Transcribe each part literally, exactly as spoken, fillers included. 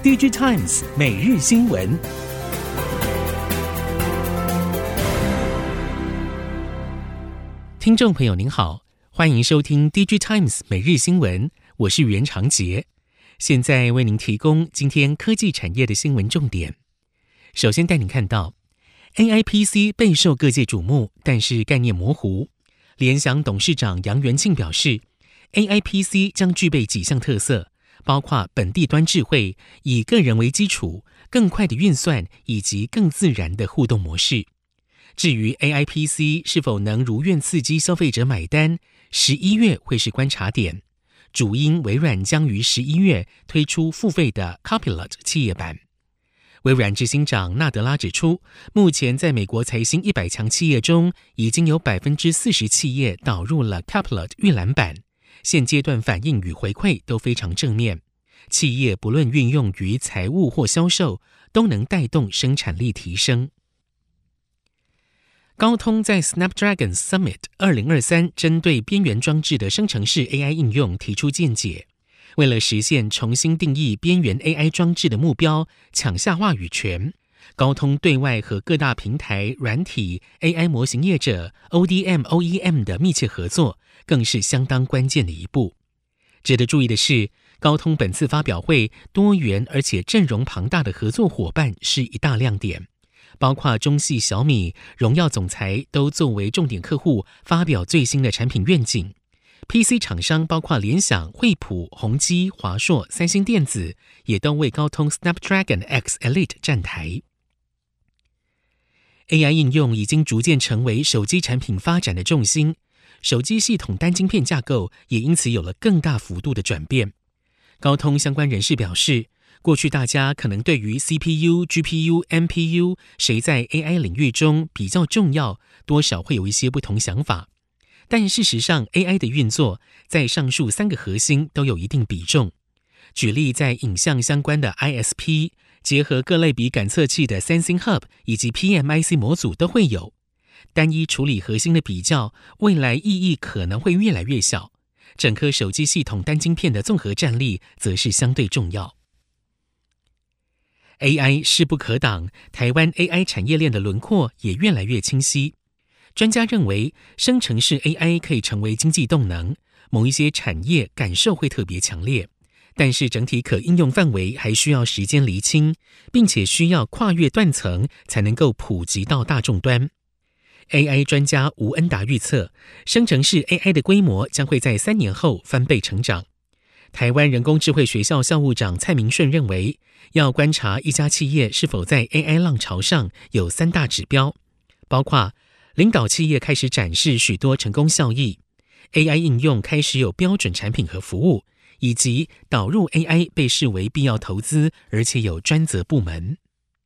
D J Times 每日新闻。听众朋友您好，欢迎收听 D J Times 每日新闻，我是袁长杰，现在为您提供今天科技产业的新闻重点。首先带您看到 A I P C 备受各界瞩目，但是概念模糊。联想董事长杨元庆表示， A I P C 将具备几项特色，包括本地端智慧，以个人为基础，更快的运算以及更自然的互动模式。至于 A I P C 是否能如愿刺激消费者买单，十一月会是观察点。主因微软将于十一月推出付费的 Copilot 企业版。微软执行长纳德拉指出，目前在美国财新一百强企业中，已经有 百分之四十 企业导入了 Copilot 预览版，现阶段反应与回馈都非常正面。企业不论运用于财务或销售，都能带动生产力提升。高通在 Snapdragon Summit 二零二三针对边缘装置的生成式 A I 应用提出见解。为了实现重新定义边缘 A I 装置的目标，抢下话语权，高通对外和各大平台、软体、A I 模型业者、O D M、O E M 的密切合作，更是相当关键的一步。值得注意的是，高通本次发表会多元而且阵容庞大的合作伙伴是一大亮点，包括中系小米、荣耀总裁都作为重点客户发表最新的产品愿景。P C 厂商包括联想、惠普、宏基、华硕、三星电子也都为高通 Snapdragon X Elite 站台。A I 应用已经逐渐成为手机产品发展的重心，手机系统单晶片架构也因此有了更大幅度的转变。高通相关人士表示，过去大家可能对于 C P U、G P U、M P U 谁在 A I 领域中比较重要，多少会有一些不同想法。但事实上 A I 的运作在上述三个核心都有一定比重。举例，在影像相关的 I S P 结合各类比感测器的 Sensing Hub 以及 P M I C 模组都会有。单一处理核心的比较，未来意义可能会越来越小。整颗手机系统单晶片的综合战力则是相对重要。A I 势不可挡，台湾 A I 产业链的轮廓也越来越清晰。专家认为，生成式 A I 可以成为经济动能，某一些产业感受会特别强烈，但是整体可应用范围还需要时间厘清，并且需要跨越断层才能够普及到大众端。A I 专家吴恩达预测，生成式 A I 的规模将会在三年后翻倍成长。台湾人工智慧学校校务长蔡明顺认为，要观察一家企业是否在 A I 浪潮上，有三大指标，包括领导企业开始展示许多成功效益， A I 应用开始有标准产品和服务，以及导入 A I 被视为必要投资，而且有专责部门。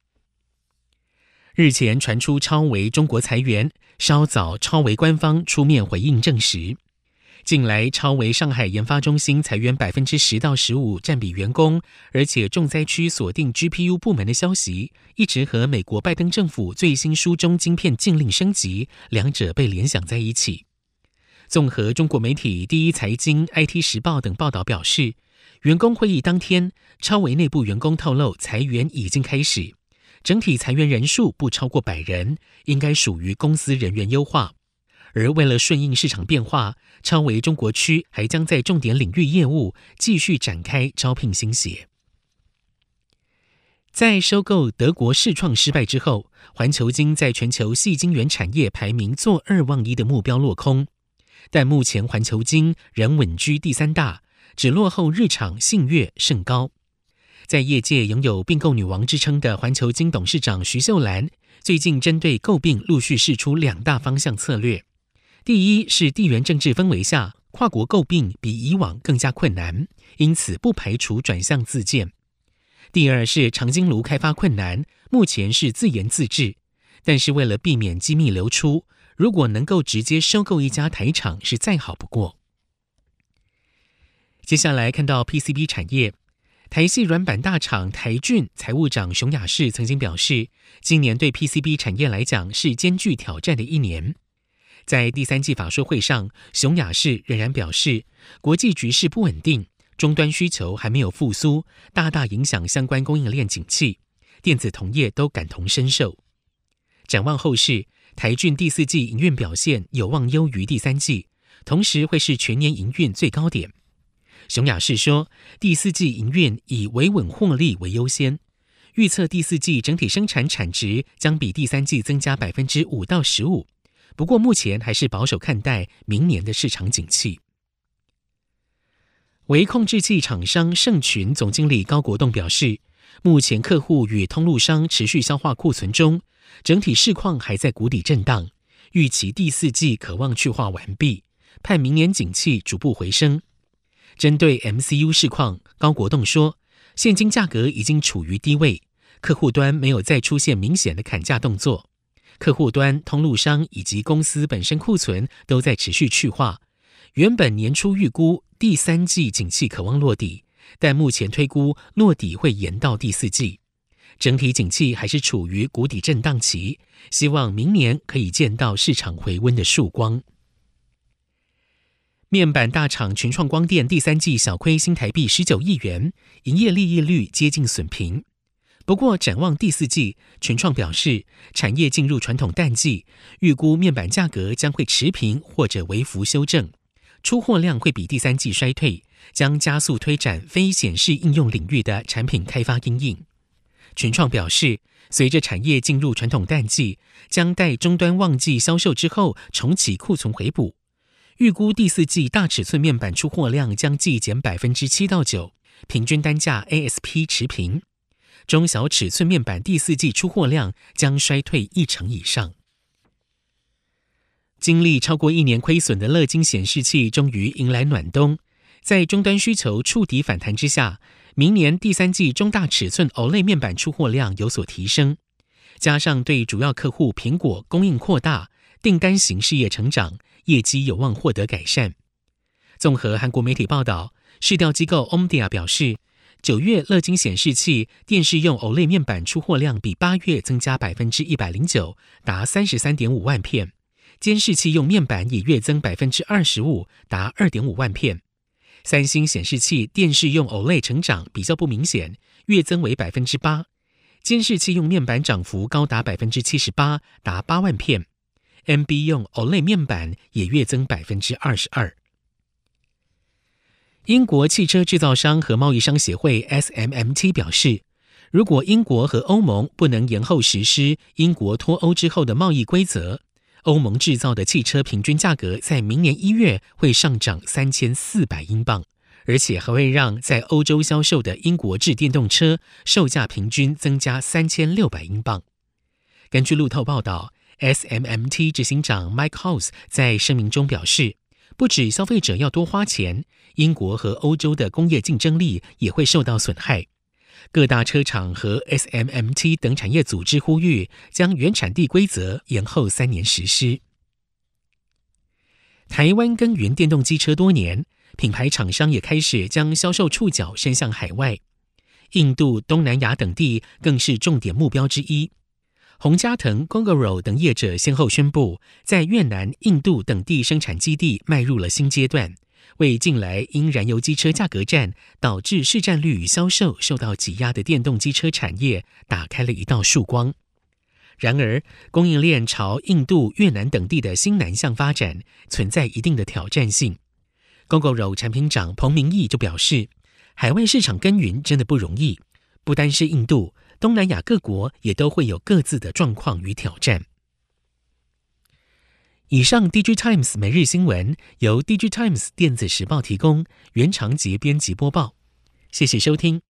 日前传出超微中国裁员，稍早超微官方出面回应证实。近来超微上海研发中心裁员 百分之十到百分之十五 占比员工，而且重灾区锁定 G P U 部门的消息，一直和美国拜登政府最新书中晶片禁令升级，两者被联想在一起。综合中国媒体第一财经、I T 时报等报道表示，员工会议当天，超微内部员工透露裁员已经开始，整体裁员人数不超过百人，应该属于公司人员优化。而为了顺应市场变化，超微中国区还将在重点领域业务继续展开招聘新血。在收购德国世创失败之后，环球晶在全球矽晶圆产业排名坐二望一的目标落空，但目前环球晶仍稳居第三大，只落后日厂、信越、盛高。在业界拥有并购女王之称的环球晶董事长徐秀兰，最近针对购并陆续释出两大方向策略。第一是地缘政治氛围下，跨国购并比以往更加困难，因此不排除转向自建。第二是长晶炉开发困难，目前是自研自制，但是为了避免机密流出，如果能够直接收购一家台厂是再好不过。接下来看到 P C B 产业，台系软板大厂台骏财务长熊雅士曾经表示，今年对 P C B 产业来讲是艰巨挑战的一年。在第三季法说会上，熊雅士仍然表示，国际局势不稳定， 终端需求还没有复苏，大大影响相关供应链景气，电子同业都感同身受。展望后市，台郡第四季营运表现有望优于第三季，同时会是全年营运最高点。熊雅士说，第四季营运以维稳获利为优先，预测第四季整体生产产值将比第三季增加 百分之五到十五， 不过目前还是保守看待明年的市场景气。微控制器厂商盛群总经理高国栋表示，目前客户与通路商持续消化库存中，整体市况还在谷底震荡，预期第四季可望去化完毕，盼明年景气逐步回升。针对 M C U 市况，高国栋说，现今价格已经处于低位，客户端没有再出现明显的砍价动作，客户端、通路商以及公司本身库存都在持续去化。原本年初预估第三季景气可望落底，但目前推估落底会延到第四季，整体景气还是处于谷底震荡期，希望明年可以见到市场回温的曙光。面板大厂群创光电第三季小亏新台币十九亿元，营业利益率接近损平。不过展望第四季，群创表示产业进入传统淡季，预估面板价格将会持平或者微幅修正，出货量会比第三季衰退，将加速推展非显示应用领域的产品开发因应。群创表示，随着产业进入传统淡季，将待终端旺季销售之后重启库存回补。预估第四季大尺寸面板出货量将季减 百分之七到九， 平均单价 A S P 持平。中小尺寸面板第四季出货量将衰退一成以上。经历超过一年亏损的乐金显示器终于迎来暖冬，在终端需求触底反弹之下，明年第三季中大尺寸 O L E D 面板出货量有所提升，加上对主要客户苹果供应扩大，订单型事业成长，业绩有望获得改善。综合韩国媒体报道，市调机构 Omdia 表示，九月乐金显示器电视用 O L E D 面板出货量比八月增加 百分之一百零九， 达 三十三点五万片，监视器用面板也月增 百分之二十五， 达 二点五万片。三星显示器电视用 O L E D 成长比较不明显，月增为 百分之八， 监视器用面板涨幅高达 百分之七十八， 达八万片。M B 用 O L E D 面板也月增 百分之二十二。英国汽车制造商和贸易商协会 S M M T 表示，如果英国和欧盟不能延后实施英国脱欧之后的贸易规则，欧盟制造的汽车平均价格在明年一月会上涨三千四百英镑，而且还会让在欧洲销售的英国制电动车售价平均增加三千六百英镑。根据路透报道， S M M T 执行长 Mike House 在声明中表示，不止消费者要多花钱，英国和欧洲的工业竞争力也会受到损害。各大车厂和 S M M T 等产业组织呼吁将原产地规则延后三年实施。台湾耕耘电动机车多年，品牌厂商也开始将销售触角伸向海外，印度、东南亚等地更是重点目标之一。宏佳腾、Gogoro 等业者先后宣布，在越南、印度等地生产基地迈入了新阶段，为近来因燃油机车价格战导致市占率与销售受到挤压的电动机车产业打开了一道曙光。然而，供应链朝印度、越南等地的新南向发展，存在一定的挑战性。Gogoro 产品长彭明义就表示，海外市场耕耘真的不容易，不单是印度，东南亚各国也都会有各自的状况与挑战。以上 D G Times 每日新闻由 D G Times 电子时报提供，袁长杰编辑播报。谢谢收听。